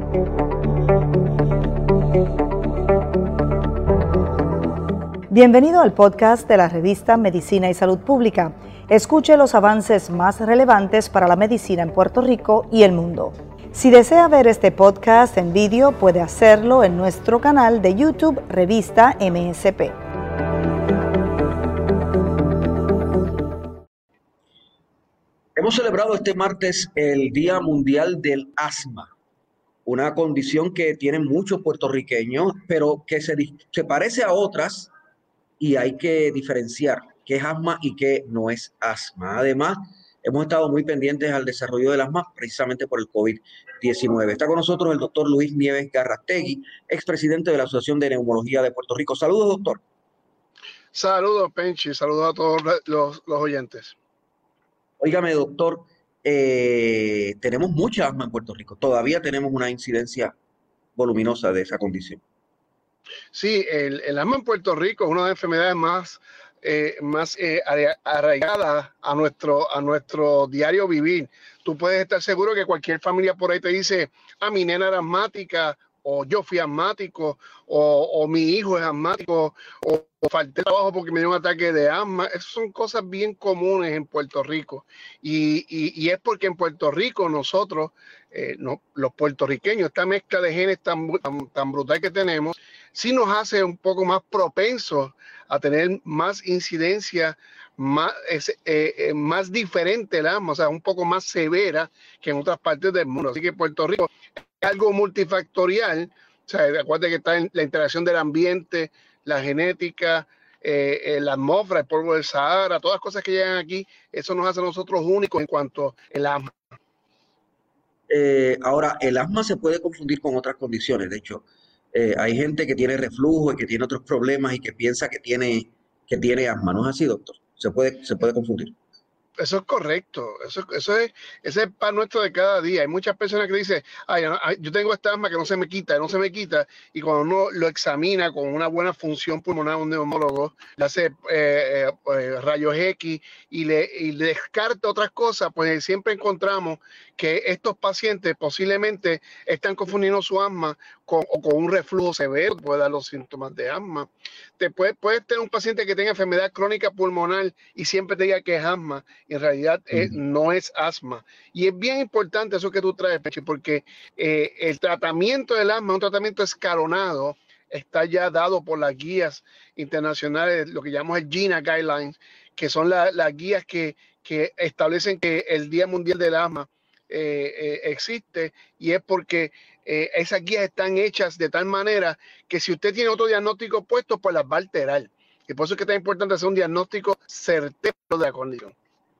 Bienvenido al podcast de la revista Medicina y Salud Pública. Escuche los avances más relevantes para la medicina en Puerto Rico y el mundo. Si desea ver este podcast en vídeo, puede hacerlo en nuestro canal de YouTube Revista MSP. Hemos celebrado este martes el Día Mundial del Asma, una condición que tienen muchos puertorriqueños, pero que se parece a otras y hay que diferenciar qué es asma y qué no es asma. Además, hemos estado muy pendientes al desarrollo del asma precisamente por el COVID-19. Está con nosotros el doctor Luis Nieves Garrastegui, expresidente de la Asociación de Neumología de Puerto Rico. Saludos, doctor. Saludos, Penchi. Saludos a todos los oyentes. Óigame, doctor, tenemos mucha asma en Puerto Rico. Todavía tenemos una incidencia voluminosa de esa condición. Sí, el asma en Puerto Rico es una de las enfermedades más arraigadas a nuestro diario vivir. Tú puedes estar seguro que cualquier familia por ahí te dice, mi nena era asmática, o yo fui asmático, o mi hijo es asmático, o falté trabajo porque me dio un ataque de asma. Esas son cosas bien comunes en Puerto Rico. Y es porque en Puerto Rico nosotros, los puertorriqueños, esta mezcla de genes tan brutal que tenemos, sí nos hace un poco más propensos a tener más incidencia, más diferente el asma, o sea, un poco más severa que en otras partes del mundo. Así que Puerto Rico es algo multifactorial. O sea, acuérdate que está en la interacción del ambiente, la genética, la atmósfera, el polvo del Sahara, todas las cosas que llegan aquí, eso nos hace a nosotros únicos en cuanto al asma. Ahora, el asma se puede confundir con otras condiciones. De hecho, hay gente que tiene reflujo y que tiene otros problemas y que piensa que tiene asma. ¿No es así, doctor? Se puede confundir. Eso es correcto, ese es el pan nuestro de cada día. Hay muchas personas que dicen, yo tengo esta asma que no se me quita, y cuando uno lo examina con una buena función pulmonar, un neumólogo le hace rayos X y le descarta otras cosas, pues siempre encontramos que estos pacientes posiblemente están confundiendo su asma con un reflujo severo, puede dar los síntomas de asma. Puedes tener un paciente que tenga enfermedad crónica pulmonar y siempre te diga que es asma, y en realidad no es asma. Y es bien importante eso que tú traes, Pechi, porque el tratamiento del asma es un tratamiento escalonado, está ya dado por las guías internacionales, lo que llamamos el GINA Guidelines, que son las guías que establecen que el Día Mundial del Asma existe, y es porque esas guías están hechas de tal manera que si usted tiene otro diagnóstico puesto, pues las va a alterar. Y por eso es que es tan importante hacer un diagnóstico certero de la condición.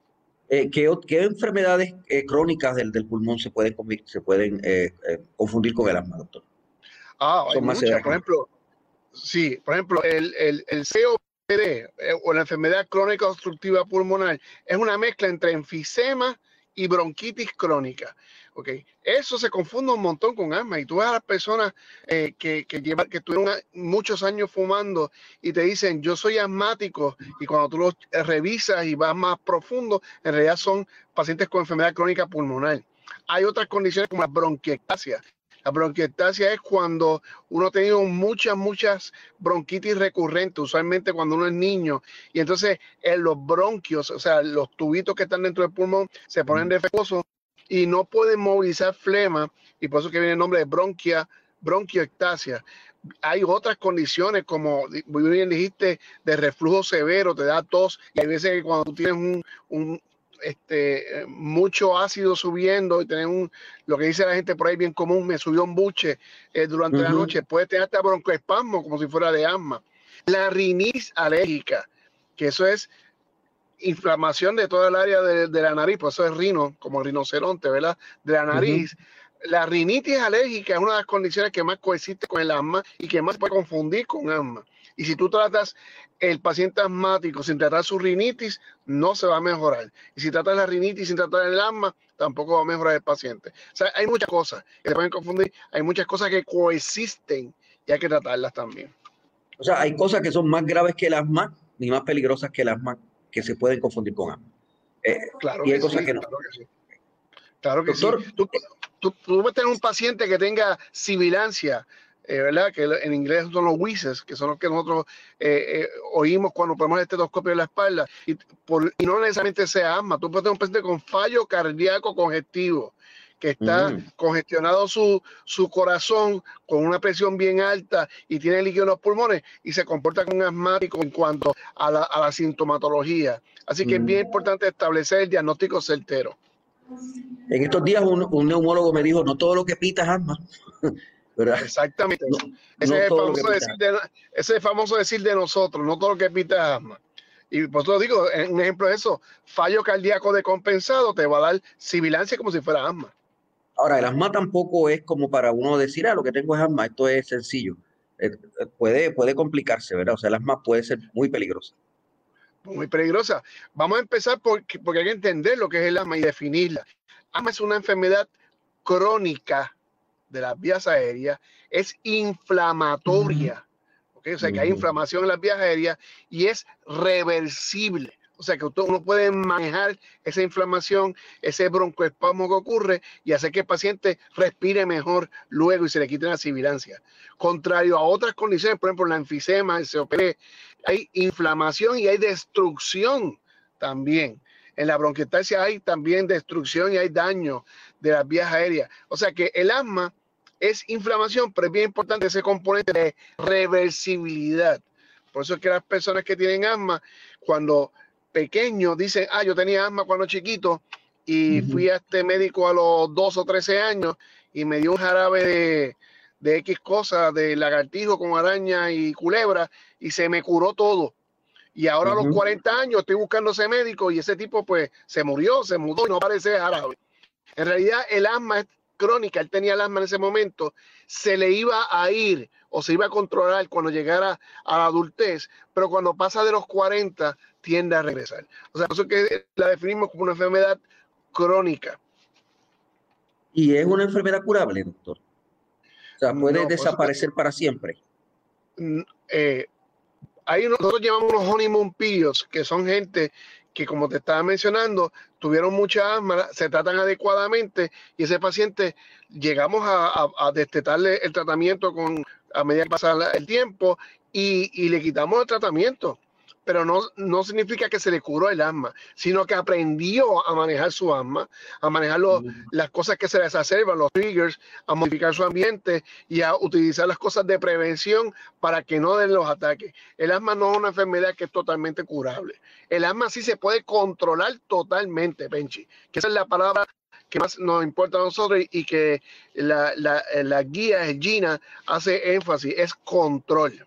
¿Qué enfermedades crónicas del pulmón se pueden confundir con el asma, doctor? Hay muchas. Por ejemplo, el COPD o la enfermedad crónica obstructiva pulmonar es una mezcla entre enfisema y bronquitis crónica. Okay. Eso se confunde un montón con asma, y tú ves a las personas que tuvieron muchos años fumando y te dicen yo soy asmático, y cuando tú los revisas y vas más profundo, en realidad son pacientes con enfermedad crónica pulmonar. Hay otras condiciones como la bronquiectasia. La bronquiectasia es cuando uno ha tenido muchas bronquitis recurrentes, usualmente cuando uno es niño, y entonces en los bronquios, o sea, los tubitos que están dentro del pulmón se ponen defectuosos y no pueden movilizar flema, y por eso que viene el nombre de bronquiectasia. Hay otras condiciones, como muy bien dijiste, de reflujo severo, te da tos, y hay veces que cuando tú tienes mucho ácido subiendo y tener lo que dice la gente por ahí bien común, me subió un buche durante la noche, puede tener hasta broncoespasmo como si fuera de asma. La rinitis alérgica, que eso es inflamación de toda el área de la nariz, por eso es rino, como el rinoceronte, ¿verdad? De la nariz. La rinitis alérgica es una de las condiciones que más coexiste con el asma y que más se puede confundir con asma. Y si tú tratas el paciente asmático sin tratar su rinitis, no se va a mejorar. Y si tratas la rinitis sin tratar el asma, tampoco va a mejorar el paciente. O sea, hay muchas cosas que se pueden confundir, hay muchas cosas que coexisten y hay que tratarlas también. O sea, hay cosas que son más graves que el asma ni más peligrosas que el asma que se pueden confundir con asma. Claro y hay que cosas sí, que no. claro que sí. Claro que Doctor, sí. tú puedes tener un paciente que tenga sibilancia, ¿verdad? Que en inglés son los wheezes, que son los que nosotros oímos cuando ponemos el estetoscopio en la espalda, y no necesariamente sea asma. Tú puedes tener un paciente con fallo cardíaco congestivo, que está congestionado su corazón con una presión bien alta y tiene líquido en los pulmones y se comporta como un asmático en cuanto a la sintomatología. Así que es bien importante establecer el diagnóstico certero. En estos días un neumólogo me dijo, no todo lo que pita es asma. ¿Verdad? Exactamente. No, ese, no es el famoso decir de nosotros, no todo lo que pita es asma. Y por eso digo, un ejemplo de eso, fallo cardíaco descompensado te va a dar sibilancia como si fuera asma. Ahora, el asma tampoco es como para uno decir, lo que tengo es asma, esto es sencillo. Puede complicarse, ¿verdad? O sea, el asma puede ser muy peligroso. Muy peligrosa. Vamos a empezar porque hay que entender lo que es el asma y definirla. Asma es una enfermedad crónica de las vías aéreas, es inflamatoria, ¿okay? O sea que hay inflamación en las vías aéreas y es reversible. O sea que uno puede manejar esa inflamación, ese broncoespasmo que ocurre y hacer que el paciente respire mejor luego y se le quite la sibilancia. Contrario a otras condiciones, por ejemplo, la enfisema, el COPD, hay inflamación y hay destrucción también. En la bronquiectasia hay también destrucción y hay daño de las vías aéreas. O sea que el asma es inflamación, pero es bien importante ese componente de reversibilidad. Por eso es que las personas que tienen asma, cuando pequeños dicen, yo tenía asma cuando chiquito y fui a este médico a los 2 o 13 años y me dio un jarabe de X cosas, de lagartijo con araña y culebra, y se me curó todo. Y ahora a los 40 años estoy buscando ese médico y ese tipo pues se murió, se mudó y no parece jarabe. En realidad el asma es crónica, él tenía el asma en ese momento, se le iba a ir o se iba a controlar cuando llegara a la adultez, pero cuando pasa de los 40 tiende a regresar. O sea, eso es que la definimos como una enfermedad crónica. ¿Y es una enfermedad curable, doctor? O sea, ¿puede desaparecer para siempre? Nosotros llamamos unos honeymoon periods, que son gente que, como te estaba mencionando, tuvieron mucha asma, se tratan adecuadamente y ese paciente llegamos a destetarle el tratamiento a medida que pasa el tiempo y le quitamos el tratamiento. Pero no significa que se le curó el asma, sino que aprendió a manejar su asma, a manejar las cosas que se les exacerban, los triggers, a modificar su ambiente y a utilizar las cosas de prevención para que no den los ataques. El asma no es una enfermedad que es totalmente curable. El asma sí se puede controlar totalmente, Penchi, que esa es la palabra que más nos importa a nosotros y que la guía Gina hace énfasis, es control.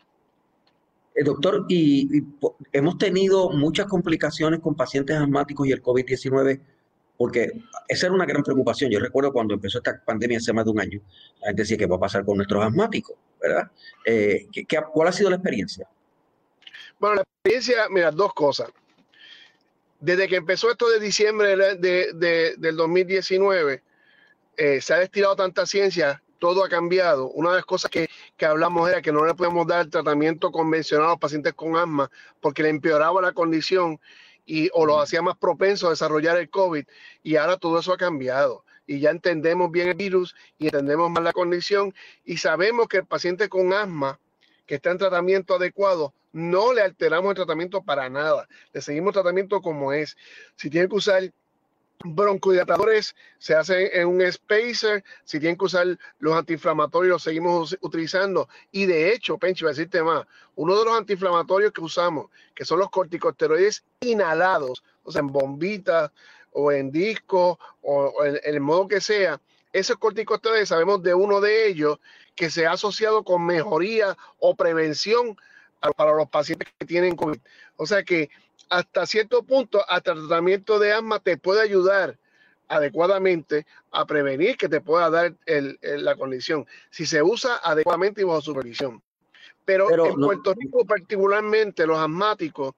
Doctor, hemos tenido muchas complicaciones con pacientes asmáticos y el COVID-19, porque esa era una gran preocupación. Yo recuerdo cuando empezó esta pandemia hace más de un año, la gente decía, ¿qué va a pasar con nuestros asmáticos? ¿Verdad? ¿Cuál ha sido la experiencia? Bueno, la experiencia, mira, dos cosas. Desde que empezó esto de diciembre del 2019, se ha destilado tanta ciencia, todo ha cambiado. Una de las cosas que hablamos era que no le podemos dar tratamiento convencional a los pacientes con asma porque le empeoraba la condición o lo hacía más propenso a desarrollar el COVID. Y ahora todo eso ha cambiado. Y ya entendemos bien el virus y entendemos más la condición y sabemos que el paciente con asma que está en tratamiento adecuado, no le alteramos el tratamiento para nada. Le seguimos tratamiento como es. Si tiene que usar broncodilatadores, se hace en un spacer. Si tienen que usar los antiinflamatorios, los seguimos utilizando. Y de hecho, Penchi, voy a decirte más, uno de los antiinflamatorios que usamos, que son los corticosteroides inhalados, o sea, en bombitas o en disco o en el modo que sea, esos corticosteroides, sabemos de uno de ellos que se ha asociado con mejoría o prevención para los pacientes que tienen COVID. O sea que hasta cierto punto, hasta el tratamiento de asma te puede ayudar adecuadamente a prevenir que te pueda dar la condición, si se usa adecuadamente y bajo supervisión. Pero en Puerto Rico, particularmente los asmáticos,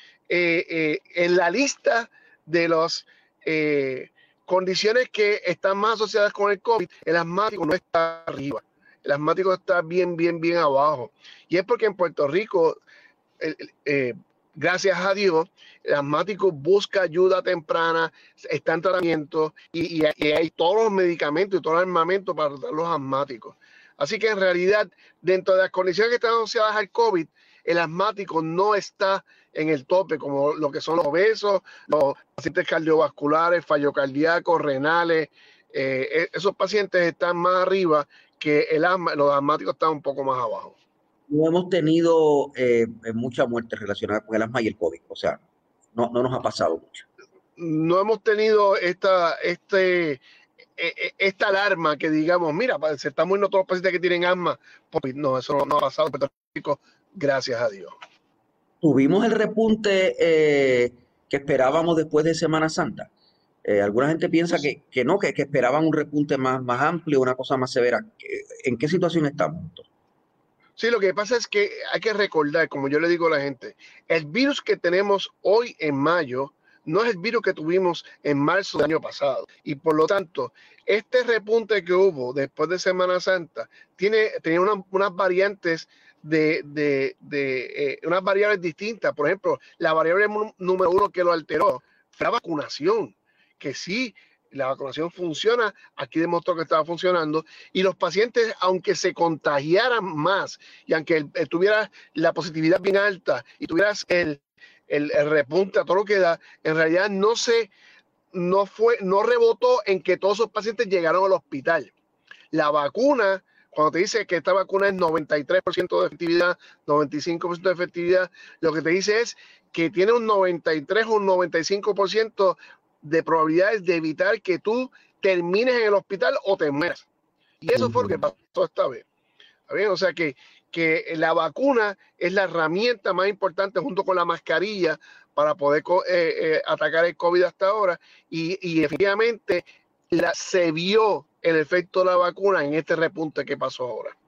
en la lista de las condiciones que están más asociadas con el COVID, el asmático no está arriba. El asmático está bien abajo. Y es porque en Puerto Rico gracias a Dios, el asmático busca ayuda temprana, está en tratamiento y hay todos los medicamentos y todo el armamento para tratar los asmáticos. Así que en realidad, dentro de las condiciones que están asociadas al COVID, el asmático no está en el tope, como lo que son los obesos, los pacientes cardiovasculares, fallo cardíaco, renales. Esos pacientes están más arriba que el asma, los asmáticos están un poco más abajo. No hemos tenido mucha muerte relacionada con el asma y el COVID, o sea, no nos ha pasado mucho. No hemos tenido esta alarma que digamos, mira, se están muriendo todos los pacientes que tienen asma. No, eso no ha pasado en Puerto Rico, gracias a Dios. Tuvimos el repunte que esperábamos después de Semana Santa. Alguna gente piensa que no, que esperaban un repunte más amplio, una cosa más severa. ¿En qué situación estamos, doctor? Sí, lo que pasa es que hay que recordar, como yo le digo a la gente, el virus que tenemos hoy en mayo no es el virus que tuvimos en marzo del año pasado. Y por lo tanto, este repunte que hubo después de Semana Santa tenía unas variantes unas variables distintas. Por ejemplo, la variable número 1 que lo alteró fue la vacunación, que sí, la vacunación funciona, aquí demostró que estaba funcionando, y los pacientes, aunque se contagiaran más y aunque tuviera la positividad bien alta y tuvieras el repunte a todo lo que da, en realidad no rebotó en que todos esos pacientes llegaron al hospital. La vacuna, cuando te dice que esta vacuna es 93% de efectividad, 95% de efectividad, lo que te dice es que tiene un 93 o un 95% de probabilidades de evitar que tú termines en el hospital o te mueras. Y eso fue lo que pasó esta vez. ¿Bien? O sea que la vacuna es la herramienta más importante junto con la mascarilla para poder atacar el COVID hasta ahora. Y efectivamente se vio el efecto de la vacuna en este repunte que pasó ahora.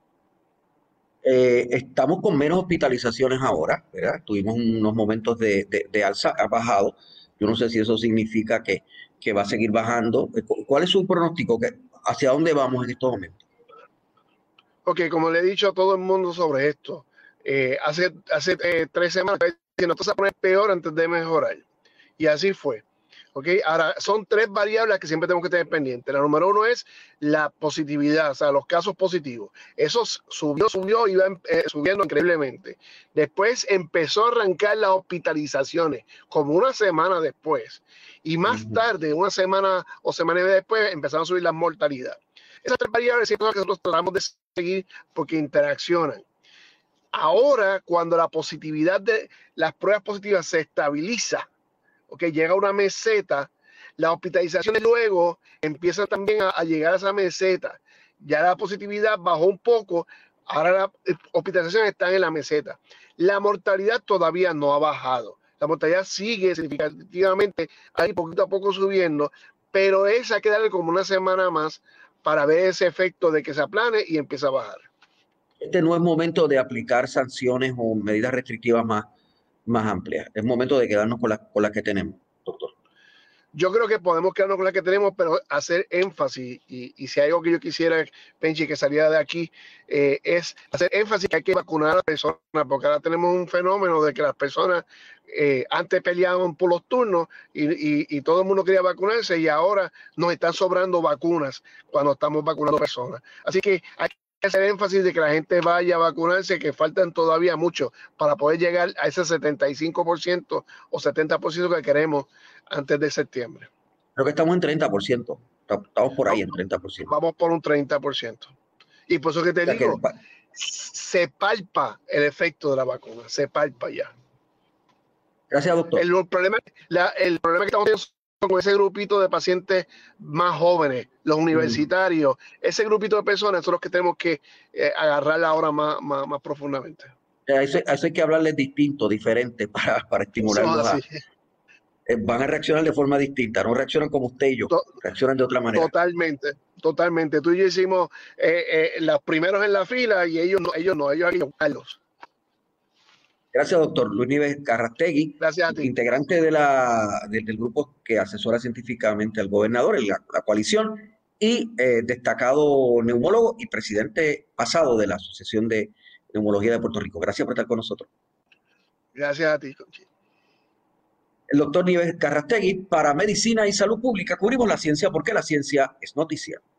Estamos con menos hospitalizaciones ahora, ¿verdad? Tuvimos unos momentos de alza, ha bajado. Yo no sé si eso significa que va a seguir bajando. ¿Cuál es su pronóstico? ¿Hacia dónde vamos en estos momentos? Ok, como le he dicho a todo el mundo sobre esto, hace 3 semanas, no te vas a poner peor antes de mejorar. Y así fue. Okay. Ahora, son 3 variables que siempre tenemos que tener pendientes. La número 1 es la positividad, o sea, los casos positivos. Eso subió, iba subiendo increíblemente. Después empezó a arrancar las hospitalizaciones, como una semana después. Y más tarde, una semana o semana y media después, empezaron a subir las mortalidades. Esas 3 variables son las que nosotros tratamos de seguir porque interaccionan. Ahora, cuando la positividad de las pruebas positivas se estabiliza, llega a una meseta, las hospitalizaciones luego empiezan también a llegar a esa meseta. Ya la positividad bajó un poco, ahora las hospitalizaciones están en la meseta. La mortalidad todavía no ha bajado. La mortalidad sigue significativamente ahí poquito a poco subiendo, pero esa hay que darle como una semana más para ver ese efecto de que se aplane y empieza a bajar. Este no es momento de aplicar sanciones o medidas restrictivas más amplias. Es momento de quedarnos con las que tenemos, doctor. Yo creo que podemos quedarnos con las que tenemos, pero hacer énfasis, y si hay algo que yo quisiera, Penchi, que saliera de aquí, es hacer énfasis que hay que vacunar a las personas, porque ahora tenemos un fenómeno de que las personas antes peleaban por los turnos y todo el mundo quería vacunarse y ahora nos están sobrando vacunas cuando estamos vacunando personas. Así que hay que hacer énfasis de que la gente vaya a vacunarse, que faltan todavía mucho para poder llegar a ese 75% o 70% que queremos antes de septiembre. Creo que estamos en 30%. Estamos por ahí en 30%. Vamos por un 30%. Y por eso que te digo, se palpa el efecto de la vacuna, se palpa ya. Gracias, doctor. El problema que estamos teniendo con ese grupito de pacientes más jóvenes, los universitarios, ese grupito de personas son los que tenemos que agarrar ahora más profundamente. A eso hay que hablarles distinto, diferente, para estimularlos van a reaccionar de forma distinta, no reaccionan como usted y yo, reaccionan de otra manera. Totalmente. Tú y yo hicimos los primeros en la fila y ellos hay que buscarlos. Gracias, doctor. Luis Nieves Carrastegui, integrante del grupo que asesora científicamente al gobernador en la coalición y destacado neumólogo y presidente pasado de la Asociación de Neumología de Puerto Rico. Gracias por estar con nosotros. Gracias a ti, Conchi. el doctor Nieves Carrastegui para Medicina y Salud Pública. Cubrimos la ciencia porque la ciencia es noticia.